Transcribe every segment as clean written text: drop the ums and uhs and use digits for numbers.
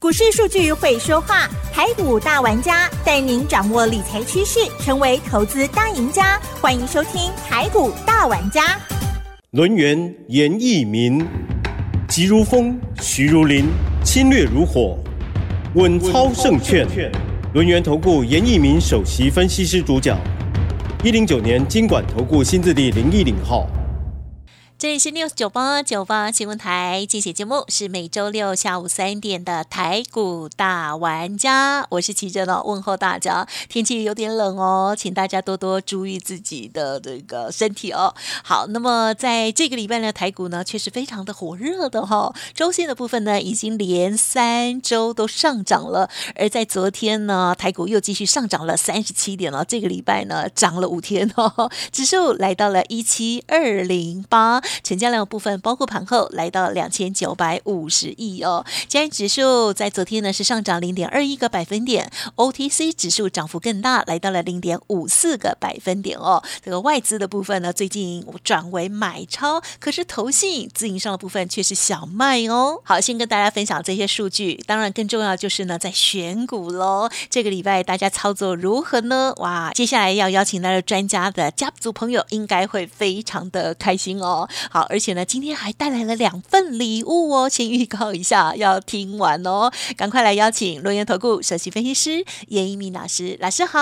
股市数据会说话，台股大玩家带您掌握理财趋势，成为投资大赢家。欢迎收听台股大玩家。 轮源严义民，急如风，徐如林，侵略如火，稳操胜券。轮源投顾严义民首席分析师主讲，109年金管投顾新字第010号。 这里是 News98 新闻台，进行节目是每周六下午3点的台股大玩家，我是齐珍哦，问候大家。天气有点冷哦，请大家多多注意自己的这个身体哦。好，那么在这个礼拜呢，台股呢确实非常的火热的哈，周线的部分呢已经连3周都上涨了，而在昨天呢，台股又继续上涨了37点了，这个礼拜呢涨了5天哦，指数来到了17208。成交量部分包括盘后来到2950亿哦。加权指数在昨天呢是上涨0.21个百分点 ，OTC 指数涨幅更大，来到了0.54个百分点哦。这个外资的部分呢，最近转为买超，可是投信自营上的部分却是小卖哦。好，先跟大家分享这些数据，当然更重要就是呢，在选股喽。这个礼拜大家操作如何呢？哇，接下来要邀请到的专家的家族朋友，应该会非常的开心哦。好，而且呢，今天还带来了2份礼物哦，先预告一下，要听完哦。赶快来邀请轮源投顾首席分析师严一鸣老师，老师好。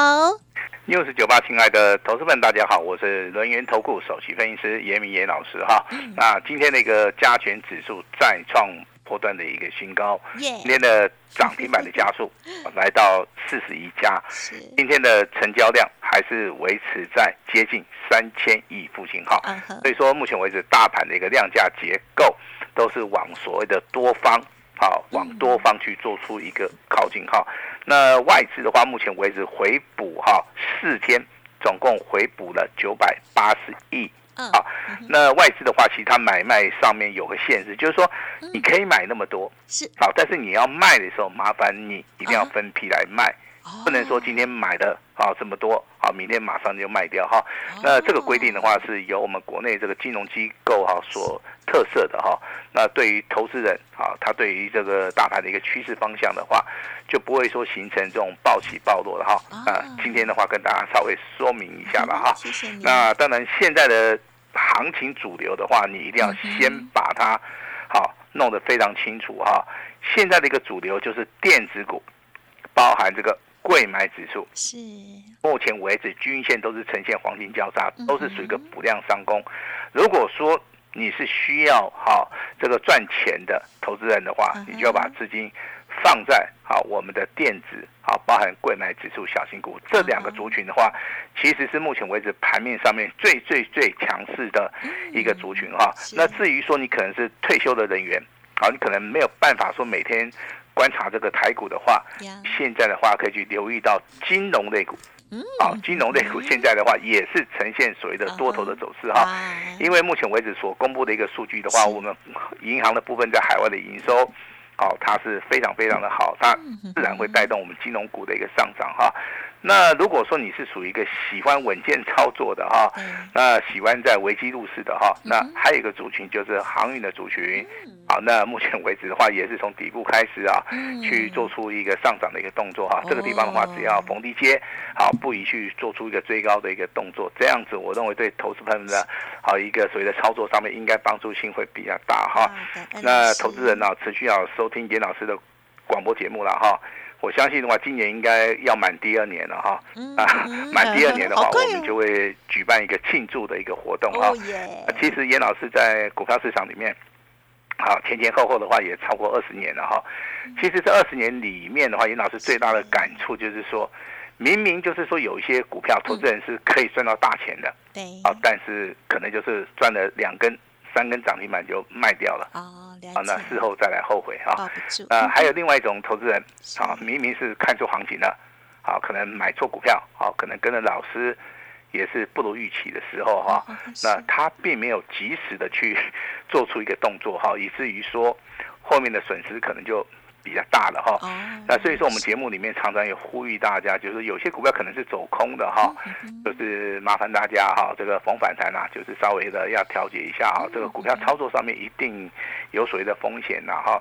News98，亲爱的投资们，大家好，我是轮源投顾首席分析师严明严老师哈。那今天的一个加权指数再创波段的一个新高，今天的涨停板的家数来到41家，今天的成交量还是维持在接近3000亿附近哈。所以说目前为止大盘的一个量价结构都是往所谓的多方往多方去做出一个靠近哈。那外资的话，目前为止回补4天，总共回补了980亿。那外资的话，其实它买卖上面有个限制，就是说你可以买那么多，但是你要卖的时候，麻烦你一定要分批来卖，不能说今天买的这么多明天马上就卖掉哈。那这个规定的话，是由我们国内这个金融机构所特色的哈。那对于投资人他对于这个大盘的一个趋势方向的话，就不会说形成这种暴起暴落的哈。今天的话跟大家稍微说明一下了哈。那当然现在的行情主流的话，你一定要先把它弄得非常清楚哈。现在的一个主流就是电子股，包含这个贵买指数，是目前为止均线都是呈现黄金交叉，都是属于一个补量上攻。如果说你是需要这个赚钱的投资人的话，你就要把资金放在我们的电子包含贵买指数、小型股这2个族群的话，其实是目前为止盘面上面最强势的一个族群哈。那至于说你可能是退休的人员，你可能没有办法说每天观察这个台股的话，现在的话可以去留意到金融类股。金融类股现在的话也是呈现所谓的多头的走势哈。因为目前为止所公布的一个数据的话，我们银行的部分在海外的营收它是非常的好，它自然会带动我们金融股的一个上涨哈。那如果说你是属于一个喜欢稳健操作的哈，那喜欢在危机入市的哈，那还有一个族群就是航运的族群。那目前为止的话，也是从底部开始去做出一个上涨的一个动作哈。这个地方的话，只要逢低接，不宜去做出一个追高的一个动作，这样子我认为对投资朋友们的一个所谓的操作上面应该帮助性会比较大哈。那投资人持续要收听严老师的广播节目了哈。我相信的话，今年应该要满第2年了哈。满第2年的话，我们就会举办一个庆祝的一个活动哈。其实严老师在股票市场里面，前后的话也超过20年了哈。其实这20年里面的话，严老师最大的感触就是说，明明就是说有一些股票，投资人是可以赚到大钱的，对，但是可能就是赚了2根、3根涨停板就卖掉了。那事后再来后悔哈。还有另外一种投资人明明是看错行情了，可能买错股票，可能跟着老师也是不如预期的时候哈，那他并没有及时的去做出一个动作哈，以至于说后面的损失可能就比较大了哈。那所以说我们节目里面常常也呼吁大家，就是有些股票可能是走空的哈，就是麻烦大家这个逢反弹就是稍微的要调节一下这个股票操作上面一定有所谓的风险哈。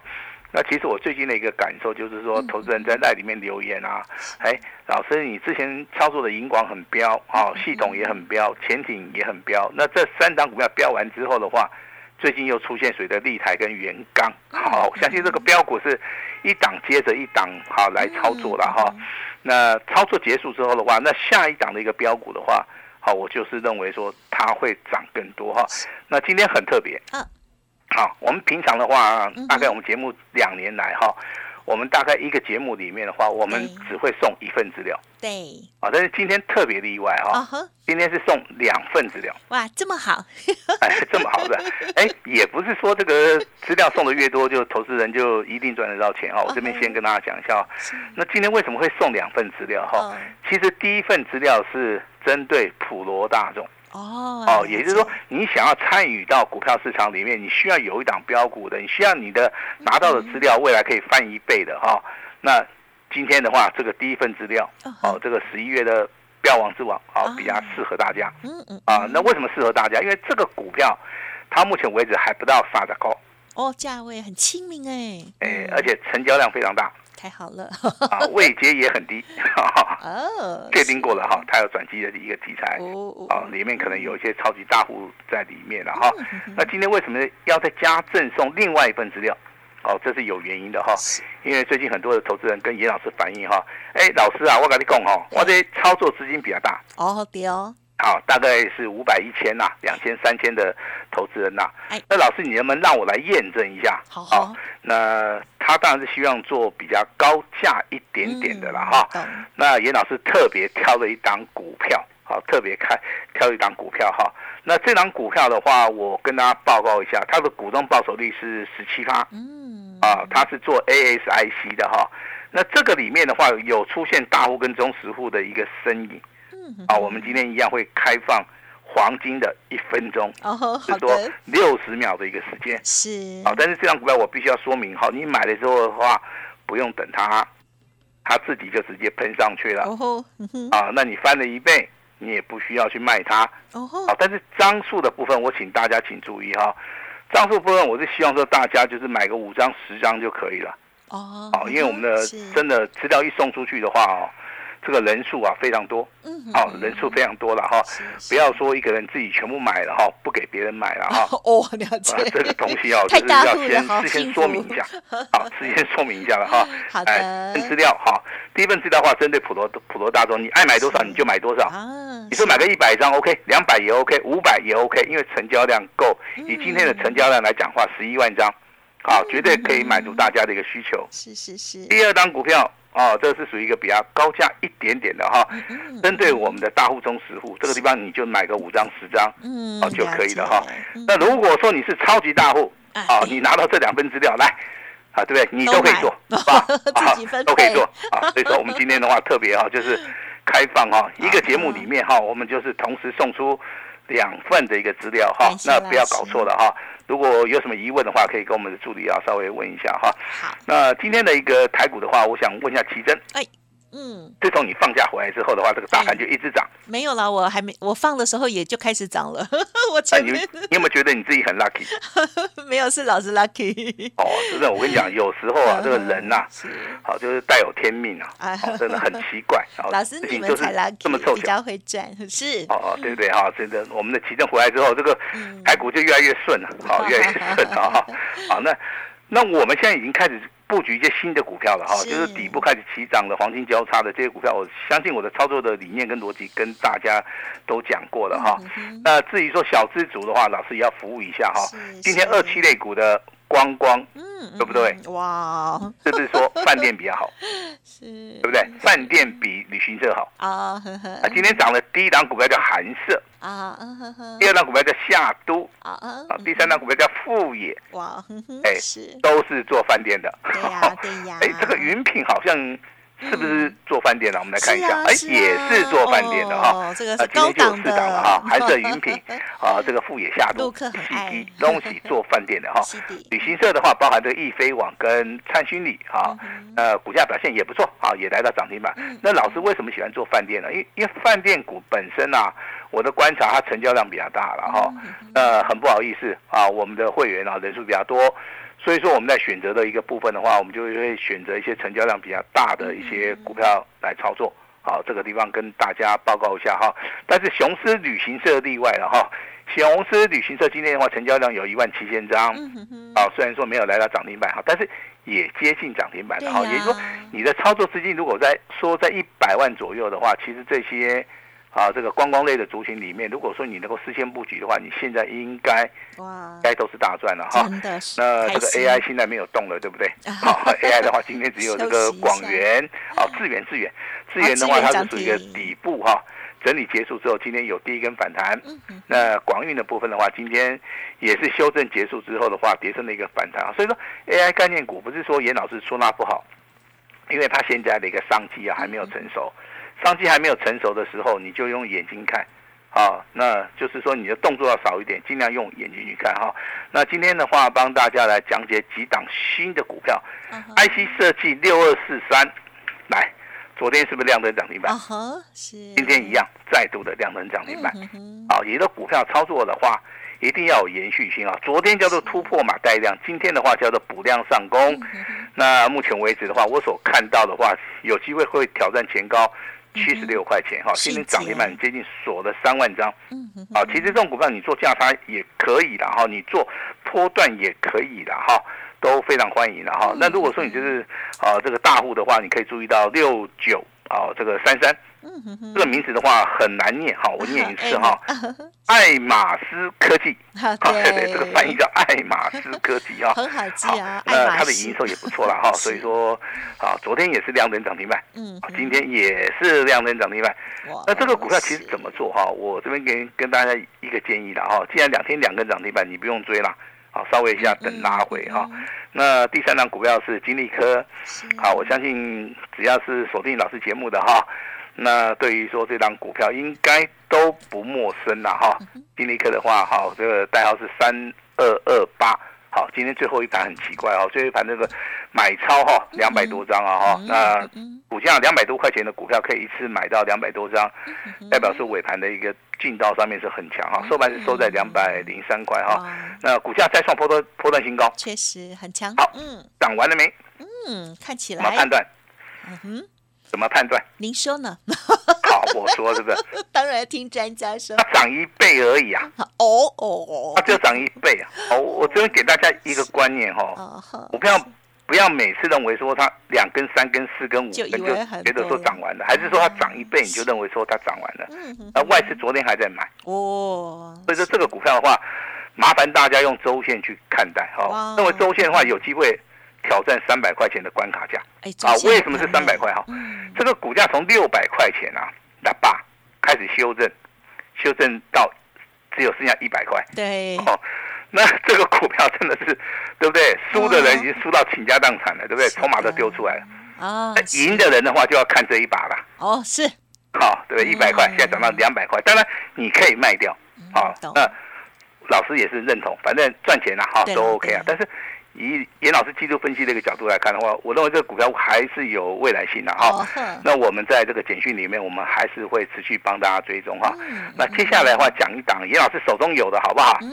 那其实我最近的一个感受就是说，投资人在LINE里面留言啊，老师你之前操作的银广很飙系统也很飙，潜艇也很飙，那这3档股票飙完之后的话，最近又出现谁的立台跟元刚，相信这个标股是一档接着一档来操作了那操作结束之后的话，那下一档的一个标股的话，我就是认为说它会涨更多那今天很特别我们平常的话，大概我们节目2年来我们大概一个节目里面的话，我们只会送1份资料。 对。 但是今天特别例外今天是送2份资料。 哇，这么好！ 这么好的，也不是说这个资料送的越多，就投资人就一定赚得到钱我这边先跟大家讲一下那今天为什么会送2份资料其实第一份资料是针对普罗大众。也就是说，你想要参与到股票市场里面，你需要有一档标股的，你需要你的拿到的资料未来可以翻1倍的那今天的话，这个第一份资料这个11月的标王之王比较适合大家那为什么适合大家？因为这个股票它目前为止还不到30块价位很亲民而且成交量非常大。 太好了位阶也很低确定过了它有转机的一个题材里面可能有一些超级大户在里面了那今天为什么要再加赠送另外1份资料这是有原因的因为最近很多的投资人跟严老师反映老师啊，我跟你讲我这操作资金比较大对大概是500、1000呐，2000、3000的投资人呐。那老师，你能不能让我来验证一下？ 好。 那他当然是希望做比较高价一点点的啦那严老师特别挑了一档股票，特别挑一档股票那这档股票的话，我跟大家报告一下，它的股东报酬率是17%。它是做 ASIC 的那这个里面的话，有出现大户跟中实户的一个身影。我们今天一样会开放黄金的1分钟，是说60秒的一个时间。 是。 但是这张股票我必须要说明你买了之后的话，不用等它自己就直接喷上去了。那你翻了1倍，你也不需要去卖它。但是张数的部分，我请大家请注意张数部分，我是希望说大家就是买个5张、10张就可以了。因为我们的真的资料一送出去的话这个人数非常多，人数非常多了不要说一个人自己全部买了不给别人买了了解。 这个东西就是要事先说明一下，事先说明一下了好的。 资料第一份资料的话，针对普罗大众，你爱买多少你就买多少你说买个100张 OK，200也 OK，500也 OK， 因为成交量够。以今天的成交量来讲话，11万张，绝对可以满足大家的一个需求。 是。 第二档股票。这是属于一个比较高价一点点的针对我们的大户中实户，这个地方你就买个5张10张就可以了那如果说你是超级大户你拿到这2份资料来对不对？你都可以做都可以做所以说我们今天的话特别就是开放一个节目里面我们就是同时送出2份的一个资料那不要搞错了如果有什么疑问的话，可以跟我们的助理稍微问一下好。 那今天的一个台股的话，我想问一下奇珍。自从你放假回来之后的话，这个大盘就一直涨。 没有啦，我放的时候也就开始涨了。 你有没有觉得你自己很 lucky？ 没有，是老师 lucky。 真的，我跟你讲，有时候这个人就是带有天命真的很奇怪。 老师你们才 lucky， 这么凑巧，比较会赚，是。 对不对真的，我们的奇珍回来之后，这个台股就越来越顺了，越来越顺那我们现在已经开始布局一些新的股票了就是底部开始起涨的黄金交叉的这些股票，我相信我的操作的理念跟逻辑跟大家都讲过了那至于说小资族的话，老师也要服务一下今天27类股的光，对不对？ 哇， 是不是说饭店比较好？ 是， 对不对？饭店比旅行社好今天涨的第一档股票叫寒舍第二档股票叫夏都第三档股票叫富野都是做饭店的。 对呀这个云品好像是不是做饭店的？我们来看一下，也是做饭店的这个是高档的了还是云品这个富野夏都东西做饭店的旅行社的话，包含这个易飞网跟灿勋旅股价表现也不错也来到涨停板。那老师为什么喜欢做饭店呢？因为饭店股本身我的观察它成交量比较大了很不好意思我们的会员人数比较多， 所以说我们在选择的一个部分的话，我们就会选择一些成交量比较大的一些股票来操作。好，这个地方跟大家报告一下哈。但是雄狮旅行社例外了哈。雄狮旅行社今天的话，成交量有17000张，虽然说没有来到涨停板哈，但是也接近涨停板了哈。也就是说，你的操作资金如果在100万左右的话，其实这些这个观光类的族群里面，如果说你能够事先布局的话，你现在应该都是大赚了哈。那这个 AI 现在没有动了，对不对？AI 的话，今天只有这个广元智源的话，它是属于一个底部哈。整理结束之后，今天有第一根反弹。那广运的部分的话，今天也是修正结束之后的话，跌升的一个反弹。所以说 AI 概念股不是说严老师说它不好，因为它现在的一个商机还没有成熟。商机还没有成熟的时候，你就用眼睛看。那就是说你的动作要少一点，尽量用眼睛去看哈。那今天的话，帮大家来讲解几档新的股票。IC 设计6243，来。昨天是不是亮灯涨停板？ 是。 今天一样，再度的亮灯涨停板。也的股票操作的话，一定要有延续性啊。昨天叫做突破嘛带量，今天的话叫做补量上攻。那目前为止的话，我所看到的话，有机会会挑战前高76块钱哈。今天涨停板接近锁了3万张。其实这种股票你做价差也可以的哈，你做波段也可以的哈。都非常欢迎的哈。那如果说你就是这个大户的话，你可以注意到69这个33，这个名字的话很难念哈，我念一次哈，爱马仕科技，对，这个翻译叫爱马仕科技哈， 很好记啊。 那它的营收也不错啦哈，所以说昨天也是亮灯涨停板，今天也是亮灯涨停板。那这个股票其实怎么做哈？我这边跟大家一个建议啦哈，既然2天2根涨停板，你不用追啦。稍微一下等拉回哈。那第3档股票是金利科，我相信只要是锁定老师节目的哈，那对于说这档股票应该都不陌生啦哈。金利科的话，这个代号是3228。今天最后一盘很奇怪最后一盘那个买超200多张那股价200多块钱的股票可以一次买到200多张，代表是尾盘的一个劲道上面是很强收盘是收在203块那股价再创波段新高， 确实很强。 好，涨完了没？ 看起来怎么判断？怎么判断？ 您说呢？ 好，我说这个当然听专家说， 它涨1倍而已啊。它就涨1倍啊。我这边给大家一个观念股票不要每次认为说它2根、3根、4根、5根就觉得说涨完了，还是说它涨1倍你就认为说它涨完了？外资昨天还在买所以说这个股票的话，麻烦大家用周线去看待认为周线的话有机会挑战300块钱的关卡价为什么是300块这个股价从600块钱开始修正到只有剩下100块。 对那这个股票真的是，对不对？输的人已经输到倾家荡产了，对不对？筹码都丢出来了。那赢的人的话就要看这一把了。 是。 对不对？100块现在涨到200块，当然你可以卖掉那老师也是认同，反正赚钱都 OK 但是以严老师技术分析的一个角度来看的话，我认为这个股票还是有未来性的那我们在这个简讯里面，我们还是会持续帮大家追踪那接下来的话，讲一档严老师手中有的好不好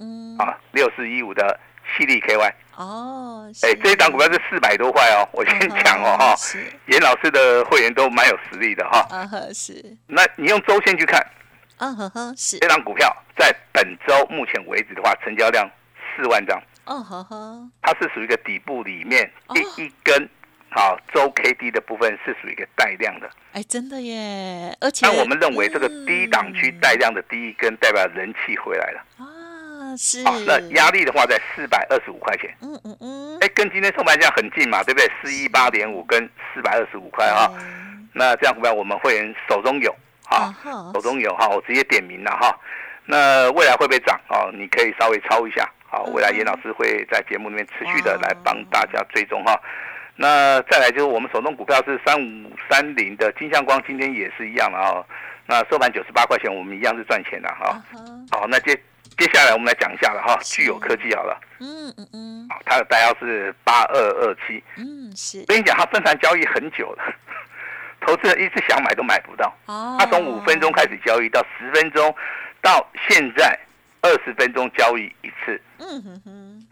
？6415的矽力 KY 这一档股票是400多块我先讲严老师的会员都蛮有实力的是。 那你用周线去看是。 这档股票在本周目前为止的话，成交量4万张。它是属于一个底部里面第一根周 K D 的部分是属于一个带量的。 真的耶！而且， 那我们认为这个低档区带量的第一根代表人气回来了是。 那压力的话在425块钱。跟今天收盘价很近嘛，对不对？418.5跟425块那这样股票我们会员手中有手中有我直接点名了那未来会不会涨你可以稍微抄一下。未来严老师会在节目里面持续的来帮大家追踪那再来就是我们手中股票是3530的金相光，今天也是一样的那收盘98块钱，我们一样是赚钱的好，那接下来我们来讲一下了具有科技好了。它的代号是8227。 是。 我跟你讲，它分盘交易很久了，投资人一直想买都买不到。它从5分钟开始交易到10分钟，到现在20分钟交易一次。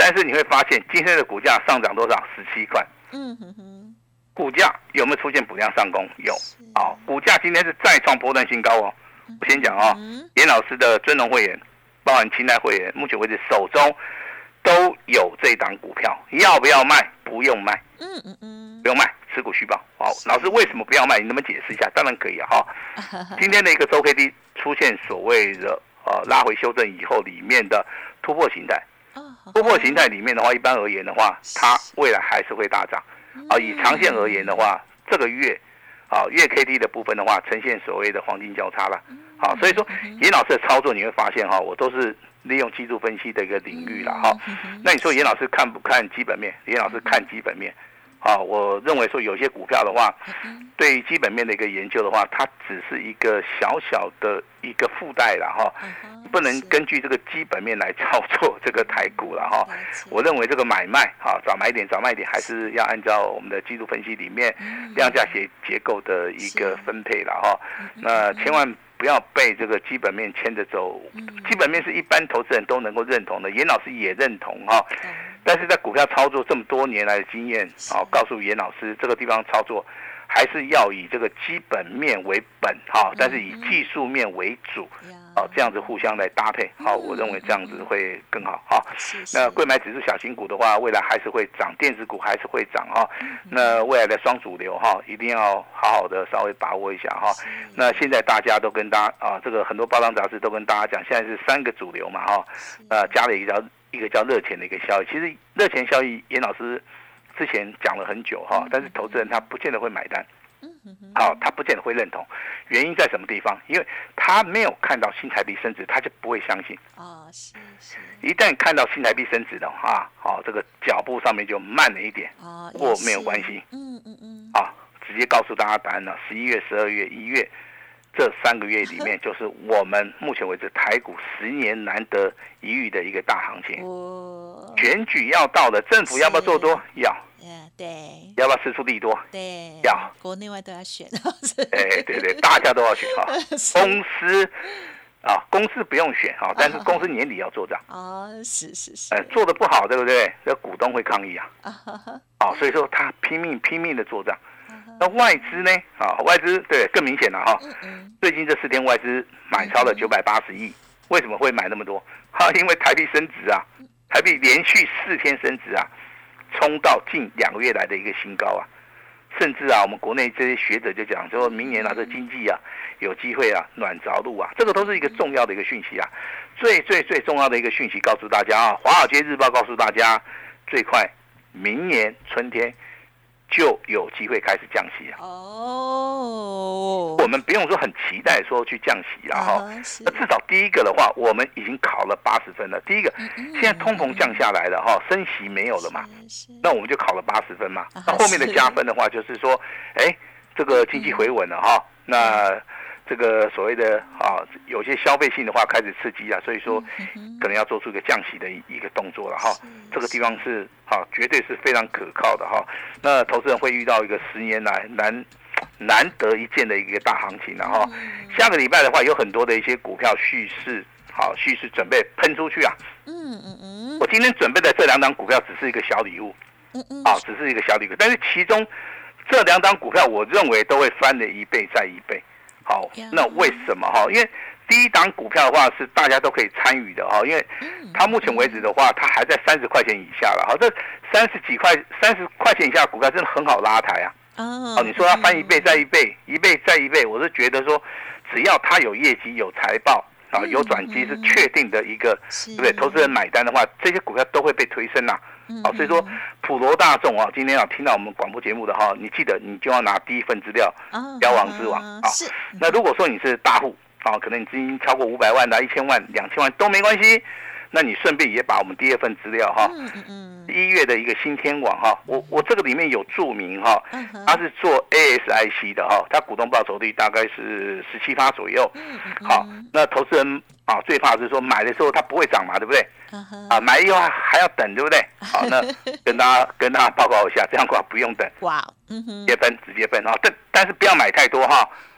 但是你会发现今天的股价上涨多少？17块。股价有没有出现补量上攻？有。股价今天是再创波段新高哦。我先讲哦，严老师的尊荣会员，包含清代会员，目前为止手中都有这档股票，要不要卖？不用卖。不用卖，持股续报。好，老师为什么不要卖？你能不能解释一下？当然可以啊。今天的一个周 K D 出现所谓的拉回修正以后里面的突破形态。突破形态里面的话，一般而言的话，它未来还是会大涨。以长线而言的话，这个月月 K D 的部分的话，呈现所谓的黄金交叉了。好，所以说严老师的操作你会发现我都是利用技术分析的一个领域了哈。那你说严老师看不看基本面？严老师看基本面。我认为说有些股票的话，对于基本面的一个研究的话，它只是一个小小的一个附带了哈，不能根据这个基本面来操作这个台股了哈。我认为这个买卖早买点早卖点还是要按照我们的技术分析里面量价结构的一个分配了哈。那千万不要被这个基本面牵着走，基本面是一般投资人都能够认同的，严老师也认同哈。但是在股票操作这么多年来的经验，告诉严老师这个地方操作还是要以这个基本面为本但是以技术面为主，这样子互相来搭配，我认为这样子会更好那贵买指数小型股的话，未来还是会涨，电子股还是会涨那未来的双主流一定要好好的稍微把握一下那现在大家都跟大家这个很多报章杂志都跟大家讲，现在是3个主流嘛加了一个叫热钱的一个效益。其实热钱效益严老师之前讲了很久但是投资人他不见得会买单，他不见得会认同。原因在什么地方？因为他没有看到新台币升值，他就不会相信。一旦看到新台币升值的话，这个脚步上面就慢了一点。不过没有关系。直接告诉大家答案了。11月、12月、1月。这3个月里面，就是我们目前为止台股10年难得一遇的一个大行情。选举要到了，政府要不要做多？要。 对。 要不要释出利多？ 对。 要。 国内外都要选。 对，大家都要选公司不用选但是公司年底要做账。 是。 做得不好，对不对？这股东会抗议所以说他拼命的做账。那外资呢？外资对更明显了最近这4天外资买超了980亿，为什么会买那么多？因为台币升值台币连续4天升值冲到近2个月来的一个新高甚至我们国内这些学者就讲说，明年这经济有机会暖着陆这个都是一个重要的一个讯息最重要的一个讯息告诉大家华尔街日报告诉大家，最快明年春天就有机会开始降息我们不用说很期待说去降息那至少第一个的话，我们已经考了80分了。第一个，现在通膨降下来了升息没有了嘛，那我们就考了80分嘛。那后面的加分的话，就是说，这个经济回稳了那这个所谓的有些消费性的话开始刺激所以说可能要做出一个降息的一个动作了这个地方是绝对是非常可靠的那投资人会遇到一个10年来难得一见的一个大行情下个礼拜的话，有很多的一些股票蓄势准备喷出去我今天准备的这2档股票只是一个小礼物只是一个小礼物，但是其中这2档股票我认为都会翻了1倍再1倍。那为什么因为第一档股票的话是大家都可以参与的因为它目前为止的话，它还在30块钱以下了这30块钱以下的股票真的很好拉抬你说它翻1倍再1倍，1倍再1倍，我是觉得说只要它有业绩有财报有转机是确定的一个，对不对？投资人买单的话，这些股票都会被推升所以说普罗大众今天听到我们广播节目的你记得你就要拿第一份资料，标王之王那如果说你是大户可能你资金超过500万的、1000万、2000万都没关系，那你顺便也把我们第2份资料1月的一个新天网我这个里面有注明它是做 ASIC 的它股东报酬率大概是17%左右那投资人最怕是说买的时候它不会涨嘛，对不对买以后还要等，对不对那跟大家报告一下，这样的话不用等直接分直接分但是不要买太多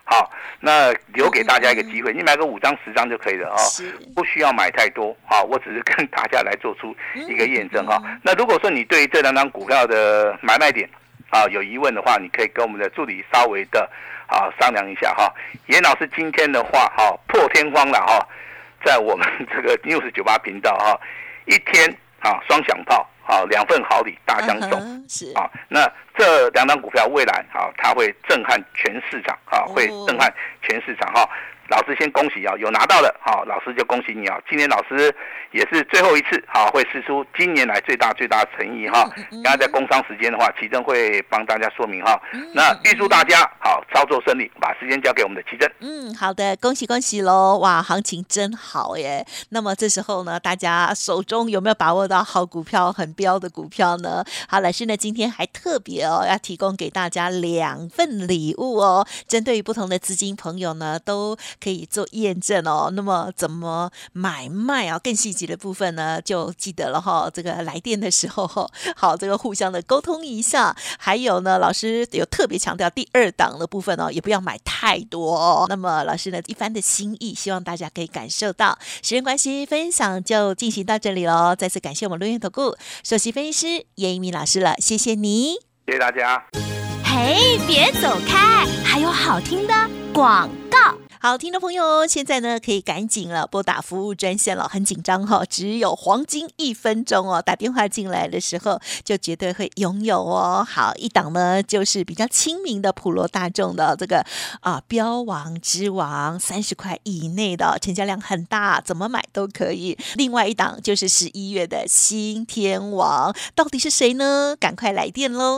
好，那留给大家一个机会，你买个5张10张就可以了哦，不需要买太多。好，我只是跟大家来做出一个验证哈。那如果说你对于这2张股票的买卖点有疑问的话，你可以跟我们的助理稍微的商量一下哈。严老师今天的话破天荒了哈，在我们这个 News98 频道一天双响炮2份好礼大相送那这2张股票未来它会震撼全市场会震撼全市场老师先恭喜有拿到的老师就恭喜你今天老师也是最后一次会释出今年来最大的诚意刚才在工商时间的话，奇珍会帮大家说明那预祝大家操作顺利，把时间交给我们的奇珍。 好的，恭喜恭喜咯！哇，行情真好耶。那么这时候呢，大家手中有没有把握到好股票、很标的股票呢？好，老师呢今天还特别要提供给大家2份礼物针对于不同的资金朋友呢，都可以做验证那么怎么买卖更细节的部分呢，就记得了这个来电的时候好，这个互相的沟通一下。还有呢，老师有特别强调第2档的部分也不要买太多那么老师呢一番的心意，希望大家可以感受到。时间关系，分享就进行到这里咯。再次感谢我们轮源投顾首席分析师严一鸣老师了，谢谢你， 谢谢大家。 嘿，别走开，还有好听的广告。 好，听众朋友，现在呢可以赶紧了拨打服务专线了，很紧张只有黄金1分钟打电话进来的时候就绝对会拥有好，一档呢就是比较亲民的普罗大众的这个标王之王，30块以内的成交量很大，怎么买都可以。另外一档就是11月的新天王，到底是谁呢？赶快来电咯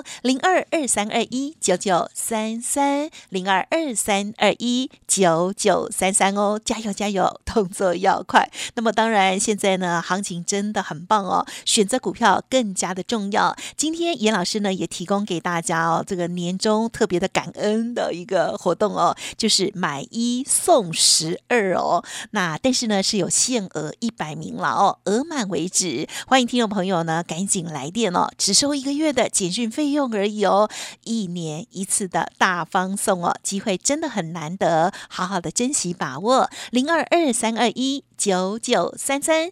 ，0223219933 0223219933加油加油，动作要快。那么当然现在呢行情真的很棒选择股票更加的重要。今天严老师呢也提供给大家这个年终特别的感恩的一个活动就是买1送12那但是呢是有限额100名了额满为止。欢迎听众朋友呢赶紧来电只收1个月的简讯费用而已1年1次的大方送机会真的很难得，好好的珍惜把握。0223219933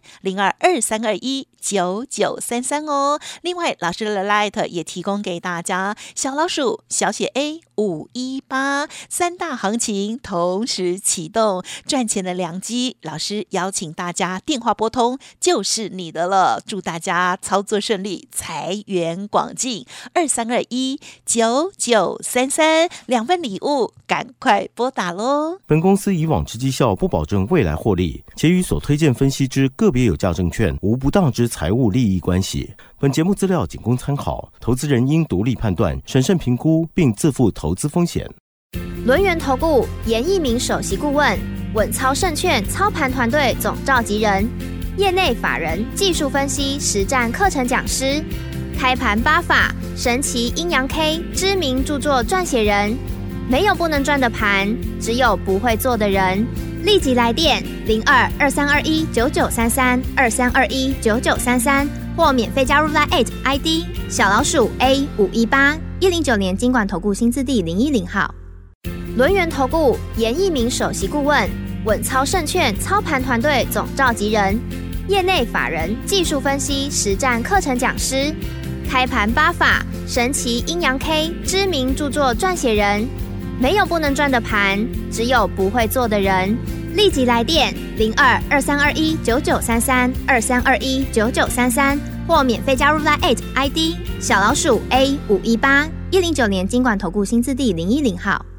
0223219933另外老师的 Light 也提供给大家，小老鼠小写 A518 3大行情同时启动，赚钱的良机。老师邀请大家电话拨通就是你的了，祝大家操作顺利，财源广进。23219933 2份礼物，赶快拨打咯。 本公司以往之绩效不保证未来获利，且与所推荐分析之个别有价证券无不当之财务利益关系。本节目资料仅供参考，投资人应独立判断、审慎评估，并自负投资风险。 轮源投顾严一鸣首席顾问，稳操胜券操盘团队总召集人，业内法人技术分析实战课程讲师，开盘8法神奇阴阳 K 知名著作撰写人。没有不能赚的盘，只有不会做的人。立即来电0223219933 23219933，或免费加入 LINE@ ID 小老鼠 A518。109年金管投顾新字第010号。轮源投顾严一鸣首席顾问，稳操胜券操盘团队总召集人，业内法人技术分析实战课程讲师，开盘8法神奇阴阳 K 知名著作撰写人。没有不能赚的盘，只有不会做的人。立即来电0223219933 23219933，或免费加入 LINE@ ID 小老鼠 A518。109年金管投顾新字第010号。